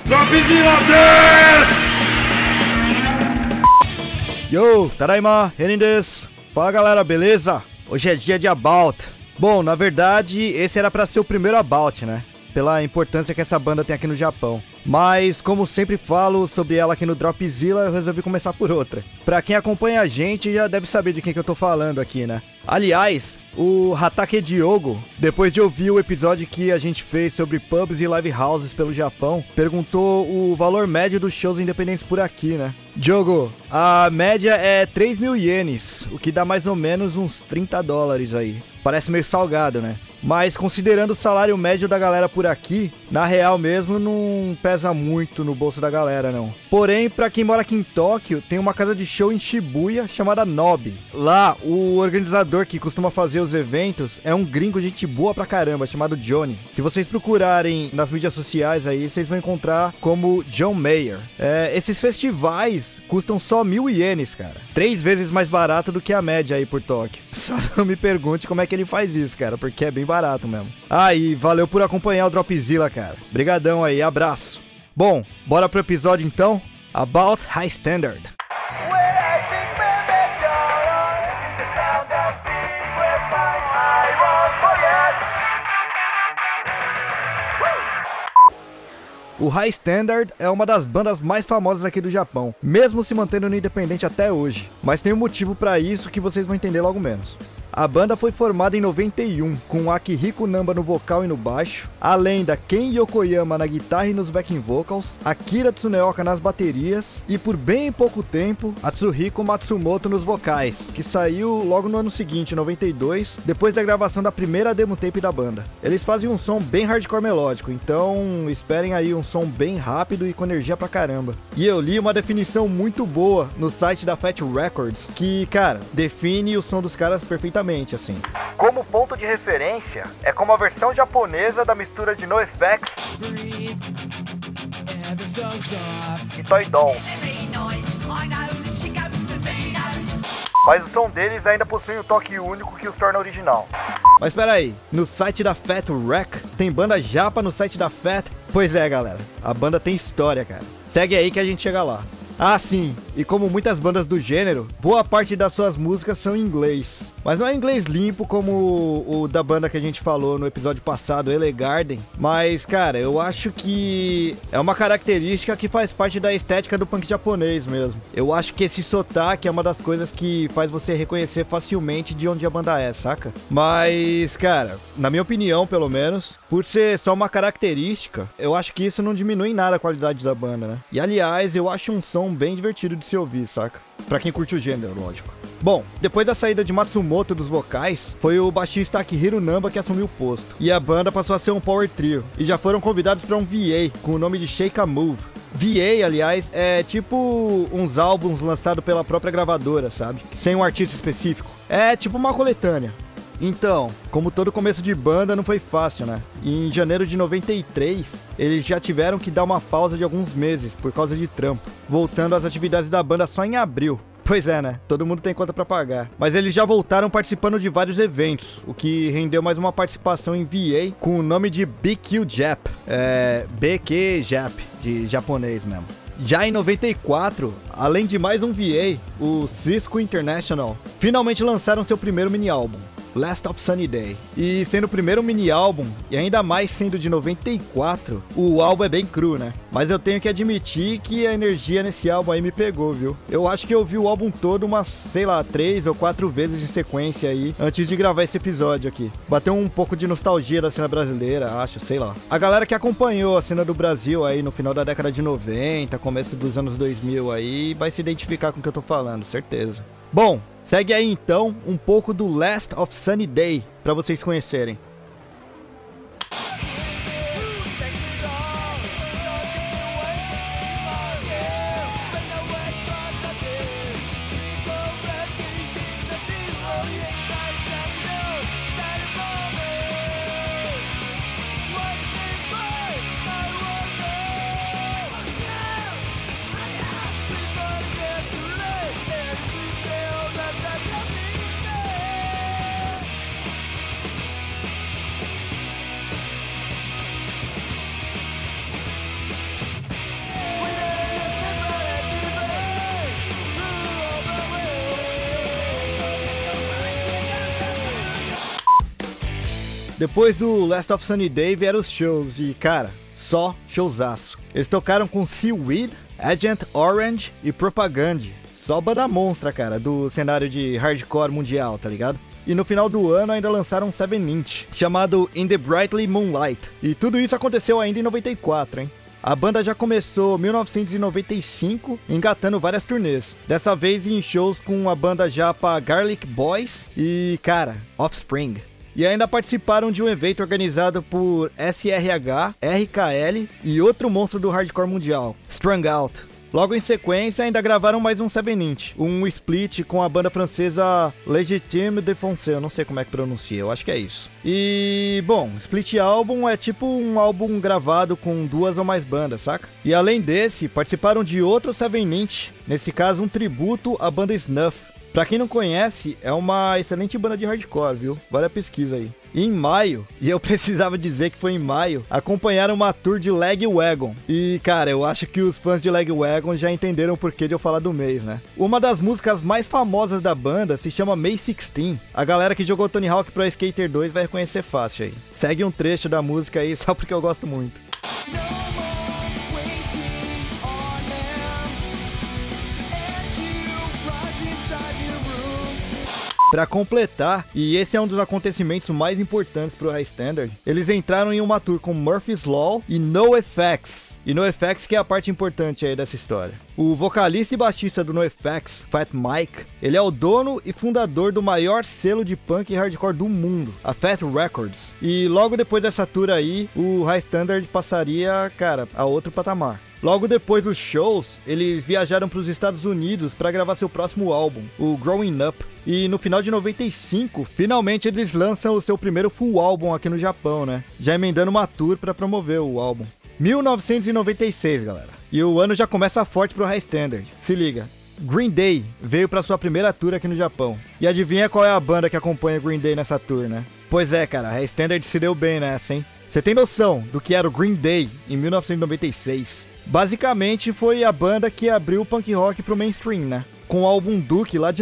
Dropzilla desu! Yo, Tadaima, Renin desu. Fala galera, beleza? Hoje é dia de About. Bom, na verdade, esse era pra ser o primeiro About, né? Pela importância que essa banda tem aqui no Japão. Mas, como sempre falo sobre ela aqui no Dropzilla, eu resolvi começar por outra. Pra quem acompanha a gente, já deve saber de quem que eu tô falando aqui, né? Aliás, o Hatake Diogo, depois de ouvir o episódio que a gente fez sobre pubs e live houses pelo Japão, perguntou o valor médio dos shows independentes por aqui, né? Diogo, a média é 3.000 ienes, o que dá mais ou menos uns $30 aí. Parece meio salgado, né? Mas considerando o salário médio da galera por aqui, na real mesmo não pesa muito no bolso da galera, não. Porém, pra quem mora aqui em Tóquio, tem uma casa de show em Shibuya chamada Nobi. Lá, o organizador que costuma fazer os eventos é um gringo gente boa pra caramba, chamado Johnny. Se vocês procurarem nas mídias sociais aí, vocês vão encontrar como John Mayer. Esses festivais custam só 1.000 ienes, cara. 3 vezes mais barato do que a média aí por Tóquio. Só não me pergunte como é que ele faz isso, cara, porque é bem barato mesmo. E valeu por acompanhar o Dropzilla, cara. Brigadão aí, abraço. Bom, bora pro episódio então? About High Standard. O High Standard é uma das bandas mais famosas aqui do Japão, mesmo se mantendo no independente até hoje. Mas tem um motivo pra isso que vocês vão entender logo menos. A banda foi formada em 91, com Akihiko Namba no vocal e no baixo, além da Ken Yokoyama na guitarra e nos backing vocals, Akira Tsuneoka nas baterias e por bem pouco tempo, Atsuhiko Matsumoto nos vocais, que saiu logo no ano seguinte, 92, depois da gravação da primeira demo tape da banda. Eles fazem um som bem hardcore melódico, então esperem aí um som bem rápido e com energia pra caramba. E eu li uma definição muito boa no site da Fat Records, que, cara, define o som dos caras perfeitamente. Assim. Como ponto de referência, é como a versão japonesa da mistura de NoFX e Toy Doll. Mas o som deles ainda possui um toque único que os torna original. Mas espera aí, no site da Fat Rec tem banda japa no site da Fat? Pois é, galera, a banda tem história, cara. Segue aí que a gente chega lá. Sim, e como muitas bandas do gênero, boa parte das suas músicas são em inglês. Mas não é inglês limpo como o da banda que a gente falou no episódio passado, LA Garden. Mas, cara, eu acho que é uma característica que faz parte da estética do punk japonês mesmo. Eu acho que esse sotaque é uma das coisas que faz você reconhecer facilmente de onde a banda é, saca? Mas, cara, na minha opinião, pelo menos, por ser só uma característica, eu acho que isso não diminui em nada a qualidade da banda, né? E, aliás, eu acho um som bem divertido de se ouvir, saca? Pra quem curte o gênero, lógico. Bom, depois da saída de Matsumoto dos vocais, foi o baixista Akihiro Namba que assumiu o posto. E a banda passou a ser um power trio. E já foram convidados para um VA, com o nome de Shake a Move. VA, aliás, é tipo uns álbuns lançados pela própria gravadora, sabe? Sem um artista específico. É tipo uma coletânea. Então, como todo começo de banda, não foi fácil, né? E em janeiro de 93, eles já tiveram que dar uma pausa de alguns meses por causa de trampo, voltando às atividades da banda só em abril. Pois é, né? Todo mundo tem conta pra pagar. Mas eles já voltaram participando de vários eventos, o que rendeu mais uma participação em VA com o nome de BQ Jap. BQ Jap, de japonês mesmo. Já em 94, além de mais um VA, o Cisco International finalmente lançaram seu primeiro mini-álbum, Last of Sunny Day. E sendo o primeiro mini-álbum, e ainda mais sendo de 94, o álbum é bem cru, né? Mas eu tenho que admitir que a energia nesse álbum aí me pegou, viu? Eu acho que eu ouvi o álbum todo umas, 3 ou 4 vezes em sequência aí, antes de gravar esse episódio aqui. Bateu um pouco de nostalgia da cena brasileira, acho, sei lá. A galera que acompanhou a cena do Brasil aí no final da década de 90, começo dos anos 2000 aí, vai se identificar com o que eu tô falando, certeza. Bom, segue aí então um pouco do Last of Sunny Day pra vocês conhecerem. Depois do Last of Sunny Day vieram os shows e, cara, só showzaço. Eles tocaram com Seaweed, Agent Orange e Propaganda. Só banda monstra, cara, do cenário de hardcore mundial, tá ligado? E no final do ano ainda lançaram um 7-inch, chamado In the Brightly Moonlight. E tudo isso aconteceu ainda em 94, hein? A banda já começou em 1995, engatando várias turnês. Dessa vez em shows com a banda japa Garlic Boys e, cara, Offspring. E ainda participaram de um evento organizado por SRH, RKL e outro monstro do hardcore mundial, Strung Out. Logo em sequência, ainda gravaram mais um 7-inch, um split com a banda francesa Legitime Défense, eu não sei como é que pronuncia, eu acho que é isso. E, bom, split álbum é tipo um álbum gravado com 2 ou mais bandas, saca? E além desse, participaram de outro 7-inch, nesse caso um tributo à banda Snuff. Pra quem não conhece, é uma excelente banda de hardcore, viu? Vale a pesquisa aí. E em maio, e eu precisava dizer que foi em maio, acompanharam uma tour de Lagwagon. E, cara, eu acho que os fãs de Lagwagon já entenderam o porquê de eu falar do mês, né? Uma das músicas mais famosas da banda se chama May 16. A galera que jogou Tony Hawk Pro Skater 2 vai reconhecer fácil aí. Segue um trecho da música aí só porque eu gosto muito. Pra completar, e esse é um dos acontecimentos mais importantes pro High Standard, eles entraram em uma tour com Murphy's Law e NoFX. E NoFX que é a parte importante aí dessa história. O vocalista e baixista do NoFX, Fat Mike, ele é o dono e fundador do maior selo de punk e hardcore do mundo, a Fat Records. E logo depois dessa tour aí, o High Standard passaria, cara, a outro patamar. Logo depois dos shows, eles viajaram para os Estados Unidos para gravar seu próximo álbum, o Growing Up. E no final de 95, finalmente eles lançam o seu primeiro full álbum aqui no Japão, né? Já emendando uma tour para promover o álbum. 1996, galera. E o ano já começa forte pro High Standard. Se liga. Green Day veio para sua primeira tour aqui no Japão. E adivinha qual é a banda que acompanha Green Day nessa tour, né? Pois é, cara, High Standard se deu bem nessa, hein? Você tem noção do que era o Green Day em 1996? Basicamente foi a banda que abriu o punk rock pro mainstream, né? Com o álbum Duke lá de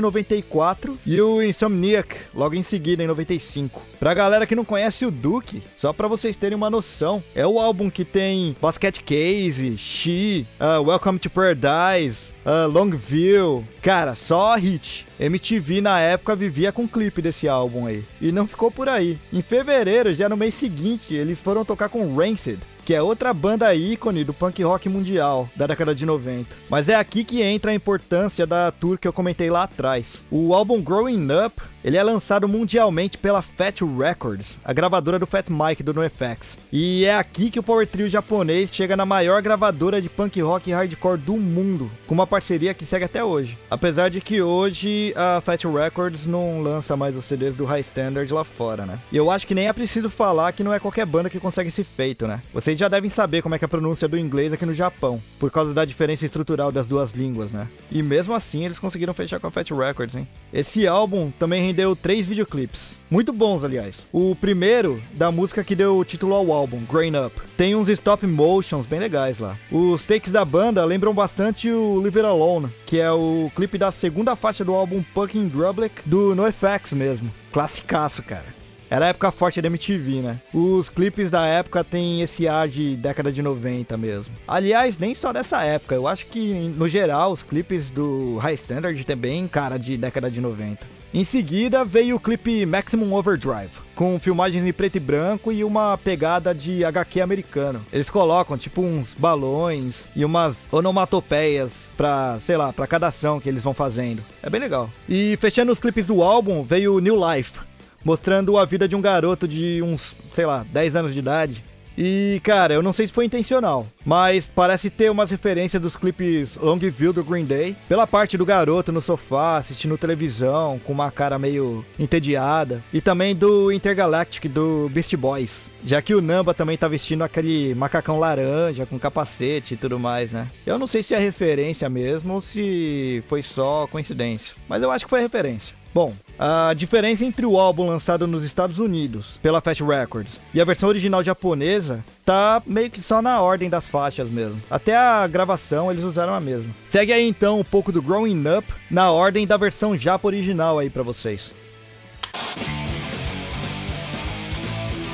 94 e o Insomniac logo em seguida em 95. Pra galera que não conhece o Duke, só pra vocês terem uma noção, é o álbum que tem Basket Case, She, Welcome to Paradise, Longview, cara, só hit. MTV na época vivia com clipe desse álbum aí. E não ficou por aí. Em fevereiro, já no mês seguinte, eles foram tocar com Rancid, que é outra banda ícone do punk rock mundial da década de 90. Mas é aqui que entra a importância da tour que eu comentei lá atrás. O álbum Growing Up, ele é lançado mundialmente pela Fat Records, a gravadora do Fat Mike do NoFX. E é aqui que o Power Trio japonês chega na maior gravadora de punk rock e hardcore do mundo, com uma parceria que segue até hoje. Apesar de que hoje a Fat Records não lança mais os CDs do High Standard lá fora, né? E eu acho que nem é preciso falar que não é qualquer banda que consegue esse feito, né? Vocês já devem saber como é que é a pronúncia do inglês aqui no Japão, por causa da diferença estrutural das duas línguas, né? E mesmo assim eles conseguiram fechar com a Fat Records, hein? Esse álbum também rendeu 3 videoclipes, muito bons aliás. O primeiro, da música que deu o título ao álbum, Growing Up. Tem uns stop motions bem legais lá. Os takes da banda lembram bastante o Leave It Alone, que é o clipe da segunda faixa do álbum Punk in Drublic do NoFX mesmo. Classicaço, cara. Era a época forte da MTV, né? Os clipes da época tem esse ar de década de 90 mesmo. Aliás, nem só dessa época. Eu acho que, no geral, os clipes do High Standard tem bem cara de década de 90. Em seguida, veio o clipe Maximum Overdrive, com filmagens em preto e branco e uma pegada de HQ americano. Eles colocam, tipo, uns balões e umas onomatopeias pra, sei lá, pra cada ação que eles vão fazendo. É bem legal. E fechando os clipes do álbum, veio New Life, mostrando a vida de um garoto de uns, sei lá, 10 anos de idade. E, cara, eu não sei se foi intencional, mas parece ter umas referências dos clipes Longview do Green Day, pela parte do garoto no sofá, assistindo televisão, com uma cara meio entediada, e também do Intergalactic do Beastie Boys, já que o Namba também tá vestindo aquele macacão laranja com capacete e tudo mais, né? Eu não sei se é referência mesmo ou se foi só coincidência, mas eu acho que foi referência. Bom, a diferença entre o álbum lançado nos Estados Unidos pela Fat Records e a versão original japonesa tá meio que só na ordem das faixas mesmo. Até a gravação eles usaram a mesma. Segue aí então um pouco do Growing Up na ordem da versão japa original aí pra vocês.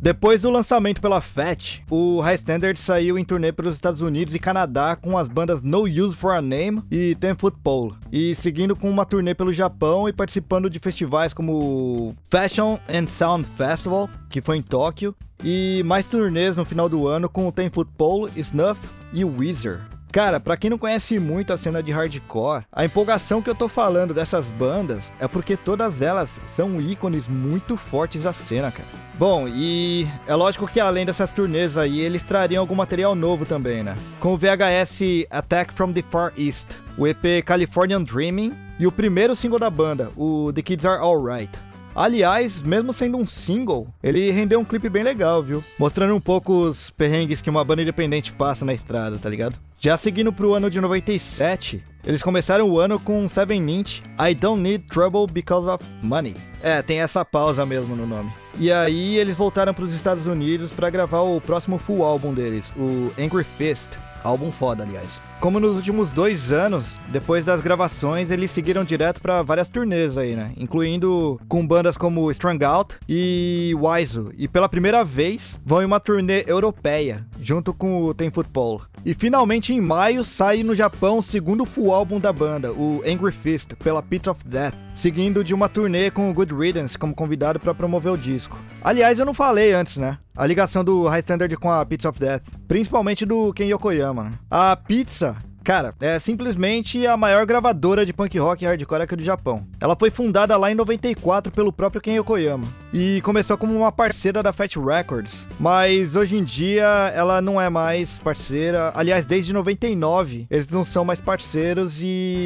Depois do lançamento pela FAT, o High Standard saiu em turnê pelos Estados Unidos e Canadá com as bandas No Use for a Name e 10 Foot Pole, e seguindo com uma turnê pelo Japão e participando de festivais como o Fashion and Sound Festival, que foi em Tóquio, e mais turnês no final do ano com o 10 Foot Pole, Snuff e Weezer. Cara, pra quem não conhece muito a cena de hardcore, a empolgação que eu tô falando dessas bandas é porque todas elas são ícones muito fortes da cena, cara. Bom, e é lógico que além dessas turnês aí, eles trariam algum material novo também, né? Com o VHS Attack from the Far East, o EP Californian Dreaming e o primeiro single da banda, o The Kids Are Alright. Aliás, mesmo sendo um single, ele rendeu um clipe bem legal, viu? Mostrando um pouco os perrengues que uma banda independente passa na estrada, tá ligado? Já seguindo pro ano de 97, eles começaram o ano com 7-inch I Don't Need Trouble Because of Money. É, tem essa pausa mesmo no nome. E aí eles voltaram pros Estados Unidos pra gravar o próximo full álbum deles, o Angry Fist. Álbum foda, aliás. Como nos últimos 2 anos, depois das gravações, eles seguiram direto pra várias turnês aí, né? Incluindo com bandas como Strung Out e Waizu. E pela primeira vez, vão em uma turnê europeia, junto com o 10 Foot Pole. E finalmente em maio, sai no Japão o segundo full álbum da banda, o Angry Fist, pela Pits of Death, seguindo de uma turnê com o Good Riddance como convidado pra promover o disco. Aliás, eu não falei antes, né? A ligação do High Standard com a Pits of Death, principalmente do Ken Yokoyama. A Pizza, cara, é simplesmente a maior gravadora de punk rock e hardcore aqui do Japão. Ela foi fundada lá em 94 pelo próprio Ken Yokoyama e começou como uma parceira da Fat Records, mas hoje em dia ela não é mais parceira. Aliás, desde 99 eles não são mais parceiros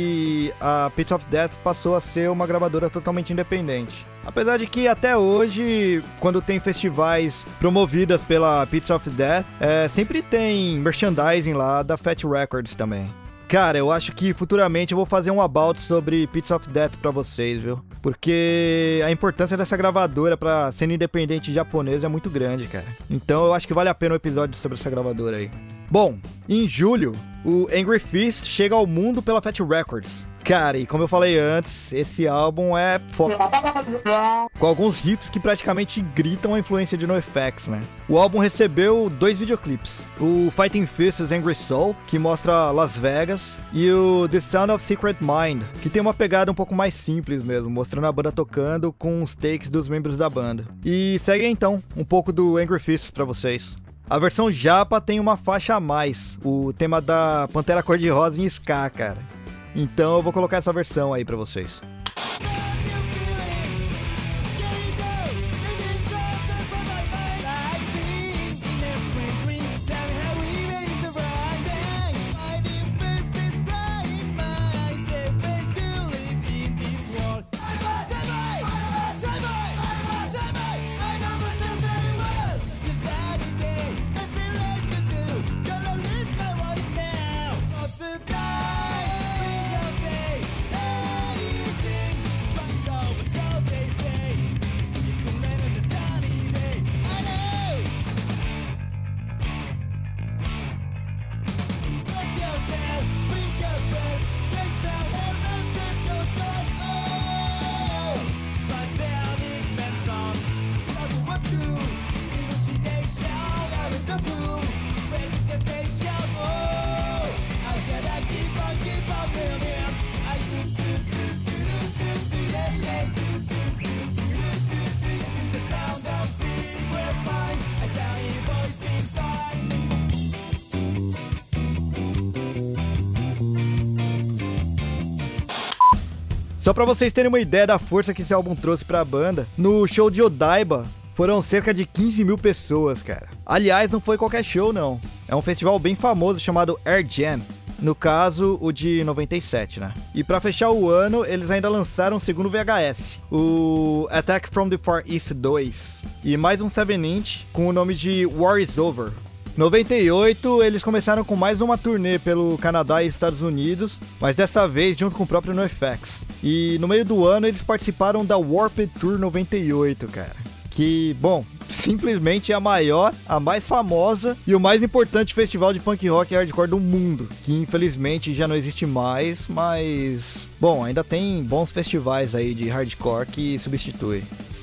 e a Pits of Death passou a ser uma gravadora totalmente independente. Apesar de que até hoje, quando tem festivais promovidas pela Pits of Death, sempre tem merchandising lá da Fat Records também. Cara, eu acho que futuramente eu vou fazer um about sobre Pits of Death pra vocês, viu? Porque a importância dessa gravadora pra cena independente japonesa é muito grande, cara. Então eu acho que vale a pena um episódio sobre essa gravadora aí. Bom, em julho, o Angry Fist chega ao mundo pela Fat Records. Cara, e como eu falei antes, esse álbum é foda, com alguns riffs que praticamente gritam a influência de NoFX, né? O álbum recebeu 2 videoclipes, o Fighting Fists Angry Soul, que mostra Las Vegas, e o The Sound of Secret Mind, que tem uma pegada um pouco mais simples mesmo, mostrando a banda tocando com os takes dos membros da banda. E segue então um pouco do Angry Fists pra vocês. A versão japa tem uma faixa a mais, o tema da Pantera Cor-de-Rosa em ska, cara. Então eu vou colocar essa versão aí pra vocês. Só pra vocês terem uma ideia da força que esse álbum trouxe pra banda, no show de Odaiba foram cerca de 15 mil pessoas, cara. Aliás, não foi qualquer show, não. É um festival bem famoso chamado Air Jam. No caso, o de 97, né? E pra fechar o ano, eles ainda lançaram o segundo VHS, o Attack from the Far East 2. E mais um 7-inch com o nome de War is Over. 98, eles começaram com mais uma turnê pelo Canadá e Estados Unidos, mas dessa vez junto com o próprio NoFX. E no meio do ano eles participaram da Warped Tour 98, cara. Que, bom, simplesmente é a maior, a mais famosa e o mais importante festival de punk rock e hardcore do mundo, que infelizmente já não existe mais, mas, bom, ainda tem bons festivais aí de hardcore que substituem.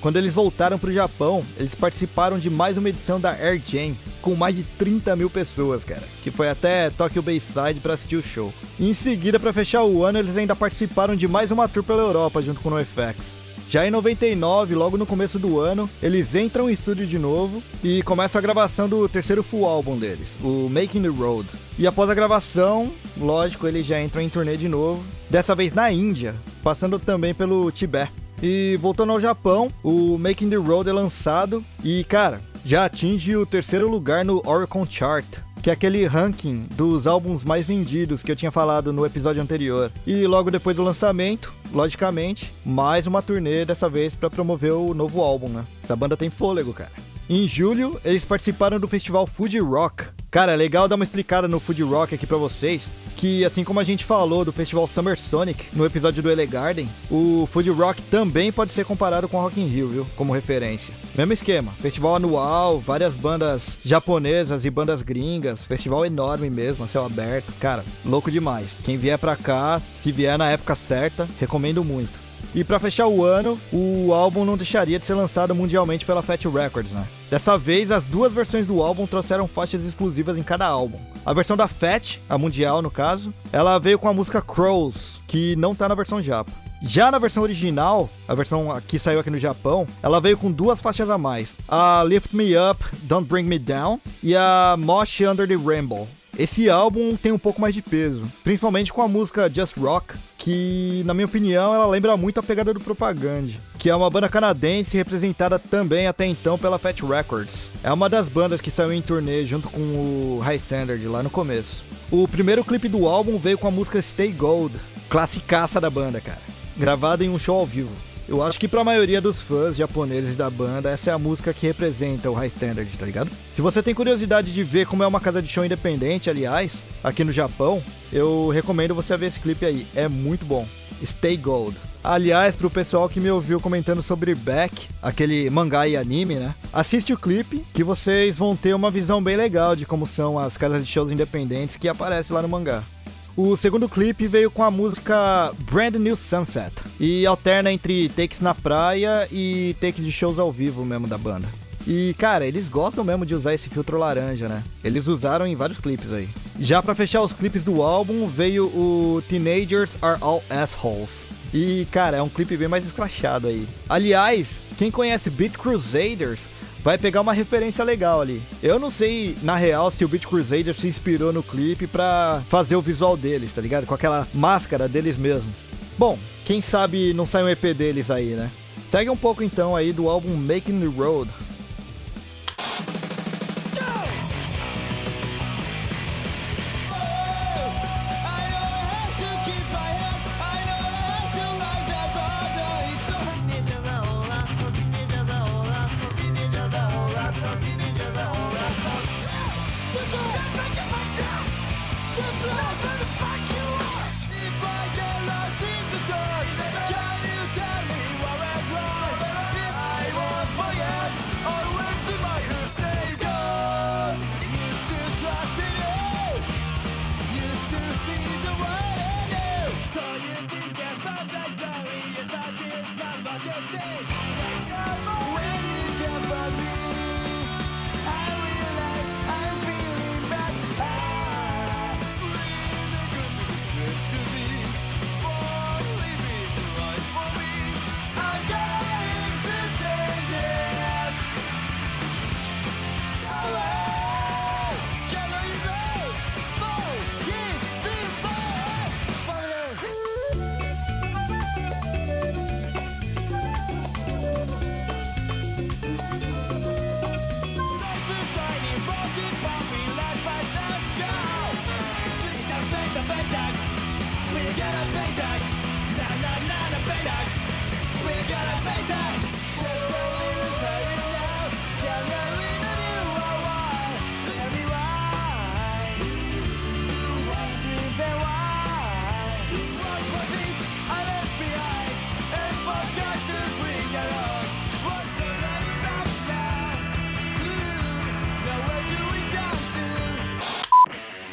quando eles voltaram pro Japão, eles participaram de mais uma edição da Air Jam, com mais de 30 mil pessoas, cara, que foi até Tokyo Bayside pra assistir o show. E em seguida, pra fechar o ano, eles ainda participaram de mais uma tour pela Europa, junto com o NoFX. Já em 99, logo no começo do ano, eles entram em estúdio de novo e começam a gravação do terceiro full álbum deles, o Making the Road. E após a gravação, lógico, eles já entram em turnê de novo, dessa vez na Índia, passando também pelo Tibete. E voltando ao Japão, o Making the Road é lançado e, cara, já atinge o terceiro lugar no Oricon Chart, que é aquele ranking dos álbuns mais vendidos que eu tinha falado no episódio anterior. E logo depois do lançamento, logicamente, mais uma turnê, dessa vez para promover o novo álbum, né? Essa banda tem fôlego, cara. Em julho, eles participaram do festival Fuji Rock. Cara, é legal dar uma explicada no Fuji Rock aqui pra vocês, que assim como a gente falou do festival Summer Sonic no episódio do Elegarden, o Fuji Rock também pode ser comparado com o Rock in Rio, viu? Como referência. Mesmo esquema, festival anual, várias bandas japonesas e bandas gringas, festival enorme mesmo, a céu aberto. Cara, louco demais. Quem vier pra cá, se vier na época certa, recomendo muito. E pra fechar o ano, o álbum não deixaria de ser lançado mundialmente pela Fat Records, né? Dessa vez, as duas versões do álbum trouxeram faixas exclusivas em cada álbum. A versão da Fat, a mundial no caso, ela veio com a música Crows, que não tá na versão japa. Já na versão original, a versão que saiu aqui no Japão, ela veio com duas faixas a mais. A Lift Me Up, Don't Bring Me Down e a Mosh Under the Rainbow. Esse álbum tem um pouco mais de peso, principalmente com a música Just Rock, que, na minha opinião, ela lembra muito a pegada do Propaganda, que é uma banda canadense representada também até então pela Fat Records. É uma das bandas que saiu em turnê junto com o High Standard lá no começo. O primeiro clipe do álbum veio com a música Stay Gold, classicaça da banda, cara, gravada em um show ao vivo. Eu acho que pra maioria dos fãs japoneses da banda, essa é a música que representa o High Standard, tá ligado? Se você tem curiosidade de ver como é uma casa de show independente, aliás, aqui no Japão, eu recomendo você ver esse clipe aí, é muito bom. Stay Gold. Aliás, pro pessoal que me ouviu comentando sobre Beck, aquele mangá e anime, né? Assiste o clipe que vocês vão ter uma visão bem legal de como são as casas de shows independentes que aparecem lá no mangá. O segundo clipe veio com a música Brand New Sunset e alterna entre takes na praia e takes de shows ao vivo mesmo da banda. E, cara, eles gostam mesmo de usar esse filtro laranja, né? Eles usaram em vários clipes aí. Já pra fechar os clipes do álbum, veio o Teenagers Are All Assholes. E, cara, é um clipe bem mais escrachado aí. Aliás, quem conhece Beat Crusaders vai pegar uma referência legal ali. Eu não sei, na real, se o Beat Crusaders se inspirou no clipe pra fazer o visual deles, tá ligado? Com aquela máscara deles mesmo. Bom, quem sabe não sai um EP deles aí, né? Segue um pouco então aí do álbum Making the Road.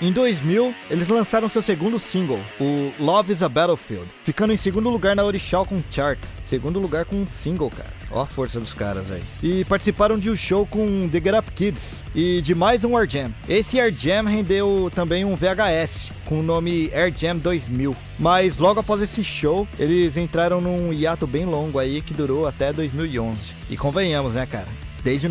Em 2000, eles lançaram seu segundo single, o Love is a Battlefield, ficando em segundo lugar na Orichalcum Chart. Segundo lugar com um single, cara. Ó a força dos caras aí. E participaram de um show com The Get Up Kids e de mais um Air Jam. Esse Air Jam rendeu também um VHS com o nome Air Jam 2000. Mas logo após esse show, eles entraram num hiato bem longo aí que durou até 2011. E convenhamos, né, cara? Desde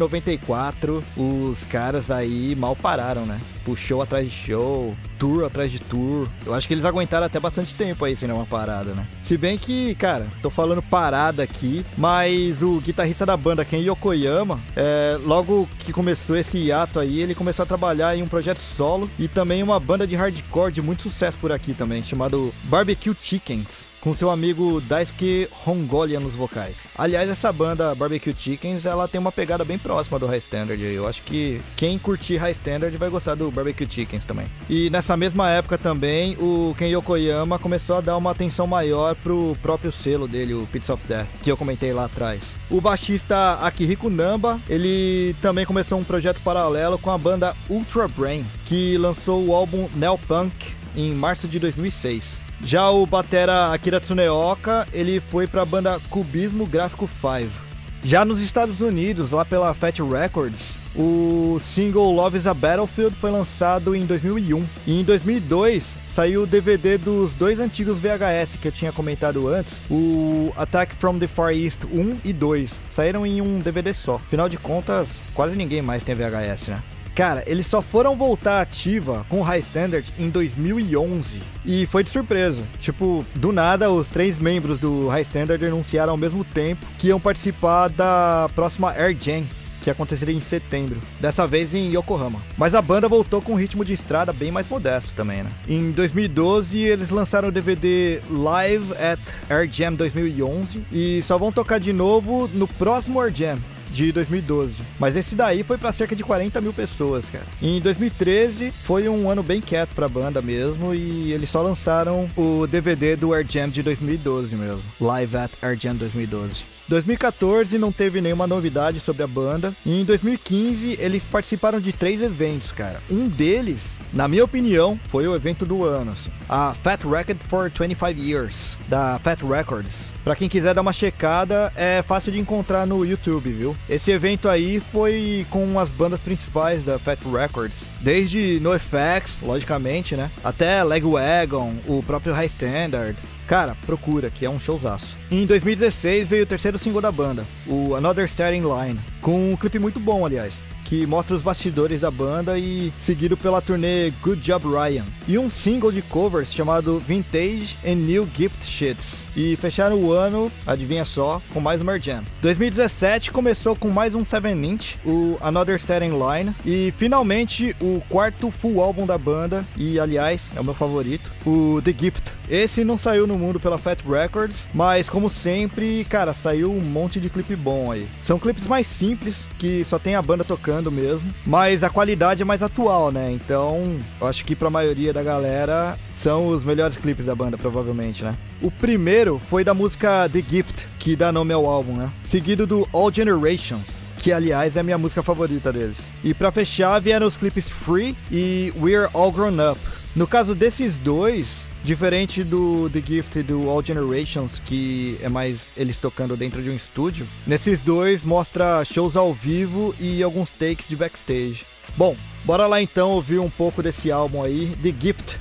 94, os caras aí mal pararam, né? Show atrás de show, tour atrás de tour. Eu acho que eles aguentaram até bastante tempo aí sem dar uma parada, né? Se bem que, cara, tô falando parada aqui, mas o guitarrista da banda, Ken Yokoyama, logo que começou esse hiato aí, ele começou a trabalhar em um projeto solo e também uma banda de hardcore de muito sucesso por aqui também, chamado Barbecue Chickens, com seu amigo Daisuke Hongolia nos vocais. Aliás, essa banda Barbecue Chickens, ela tem uma pegada bem próxima do High Standard. Eu acho que quem curtir High Standard vai gostar do Barbecue Chickens também. E nessa mesma época também, o Ken Yokoyama começou a dar uma atenção maior pro próprio selo dele, o Pits of Death, que eu comentei lá atrás. O baixista Akihiko Namba, ele também começou um projeto paralelo com a banda Ultra Brain, que lançou o álbum Neopunk em março de 2006. Já o batera Akira Tsuneoka, ele foi para a banda Cubismo Gráfico 5. Já nos Estados Unidos, lá pela Fat Records, o single Love is a Battlefield foi lançado em 2001. E em 2002 saiu o DVD dos dois antigos VHS que eu tinha comentado antes, o Attack from the Far East 1 e 2. Saíram em um DVD só. Afinal de contas, quase ninguém mais tem VHS, né? Cara, eles só foram voltar ativa com o High Standard em 2011 e foi de surpresa. Tipo, do nada, os 3 membros do High Standard anunciaram ao mesmo tempo que iam participar da próxima Air Jam, que aconteceria em setembro, dessa vez em Yokohama. Mas a banda voltou com um ritmo de estrada bem mais modesto também, né? Em 2012, eles lançaram o DVD Live at Air Jam 2011 e só vão tocar de novo no próximo Air Jam de 2012, mas esse daí foi pra cerca de 40 mil pessoas, cara. Em 2013 foi um ano bem quieto pra banda mesmo e eles só lançaram o DVD do Air Jam de 2012 mesmo, Live at Air Jam 2012. 2014 não teve nenhuma novidade sobre a banda. E em 2015 eles participaram de 3 eventos, cara. Um deles, na minha opinião, foi o evento do ano, assim. A Fat Record for 25 Years, da Fat Records. Pra quem quiser dar uma checada, é fácil de encontrar no YouTube, viu? Esse evento aí foi com as bandas principais da Fat Records. Desde NoFX, logicamente, né? Até Lagwagon, o próprio High Standard. Cara, procura, que é um showzaço. Em 2016 veio o terceiro single da banda, o Another Starting Line, com um clipe muito bom, aliás, que mostra os bastidores da banda e seguido pela turnê Good Job Ryan. E um single de covers chamado Vintage and New Gift Shits. E fecharam o ano, adivinha só, com mais uma Air Jam. 2017 começou com mais um 7-inch, o Another Starting Line. E finalmente o quarto full álbum da banda, e aliás, é o meu favorito, o The Gift. Esse não saiu no mundo pela Fat Records, mas como sempre, cara, saiu um monte de clipe bom aí. São clipes mais simples, que só tem a banda tocando mesmo, mas a qualidade é mais atual, né? Então, eu acho que pra maioria da galera são os melhores clipes da banda, provavelmente, né? O primeiro foi da música The Gift, que dá nome ao álbum, né? Seguido do All Generations, que aliás é a minha música favorita deles. E pra fechar vieram os clipes Free e We're All Grown Up. No caso desses dois, diferente do The Gift e do All Generations, que é mais eles tocando dentro de um estúdio, nesses dois mostra shows ao vivo e alguns takes de backstage. Bom, bora lá então ouvir um pouco desse álbum aí, The Gift.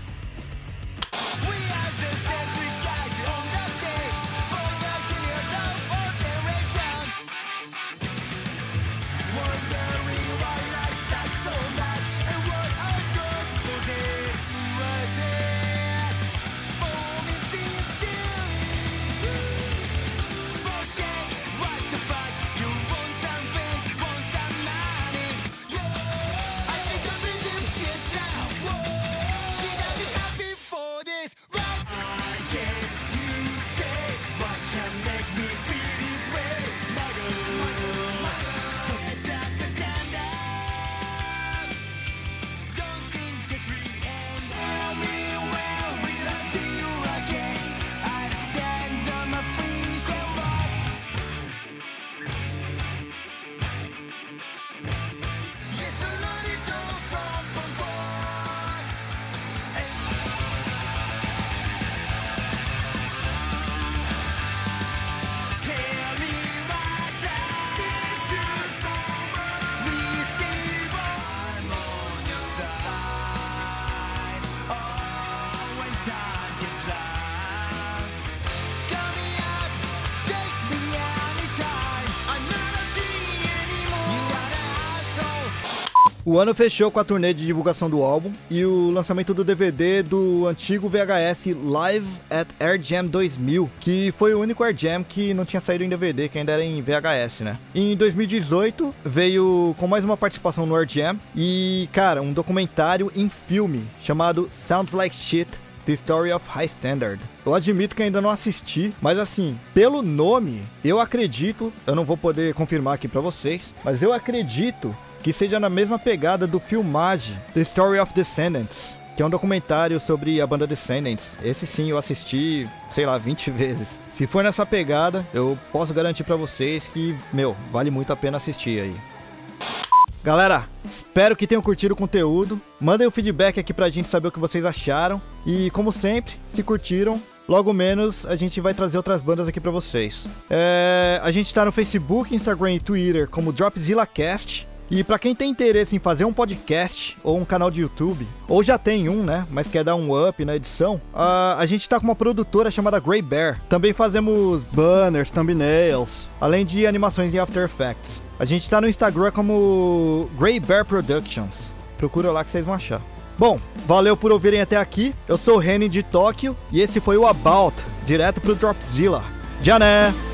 O ano fechou com a turnê de divulgação do álbum e o lançamento do DVD do antigo VHS Live at Air Jam 2000, que foi o único Air Jam que não tinha saído em DVD, que ainda era em VHS, né? Em 2018 veio com mais uma participação no Air Jam e, cara, um documentário em filme chamado Sounds Like Shit, The Story of High Standard. Eu admito que ainda não assisti, mas assim, pelo nome, eu acredito, eu não vou poder confirmar aqui pra vocês, mas eu acredito que seja na mesma pegada do Filmage, The Story of Descendants, que é um documentário sobre a banda Descendants. Esse sim eu assisti, sei lá, 20 vezes. Se for nessa pegada, eu posso garantir pra vocês que, vale muito a pena assistir aí. Galera, espero que tenham curtido o conteúdo. Mandem o feedback aqui pra gente saber o que vocês acharam. E como sempre, se curtiram, logo menos a gente vai trazer outras bandas aqui pra vocês. A gente tá no Facebook, Instagram e Twitter como DropzillaCast. E pra quem tem interesse em fazer um podcast ou um canal de YouTube, ou já tem um, né, mas quer dar um up na edição, a gente tá com uma produtora chamada Grey Bear. Também fazemos banners, thumbnails, além de animações em After Effects. A gente tá no Instagram como Grey Bear Productions. Procura lá que vocês vão achar. Bom, valeu por ouvirem até aqui. Eu sou o Renin de Tóquio e esse foi o About, direto pro Dropzilla. Já né?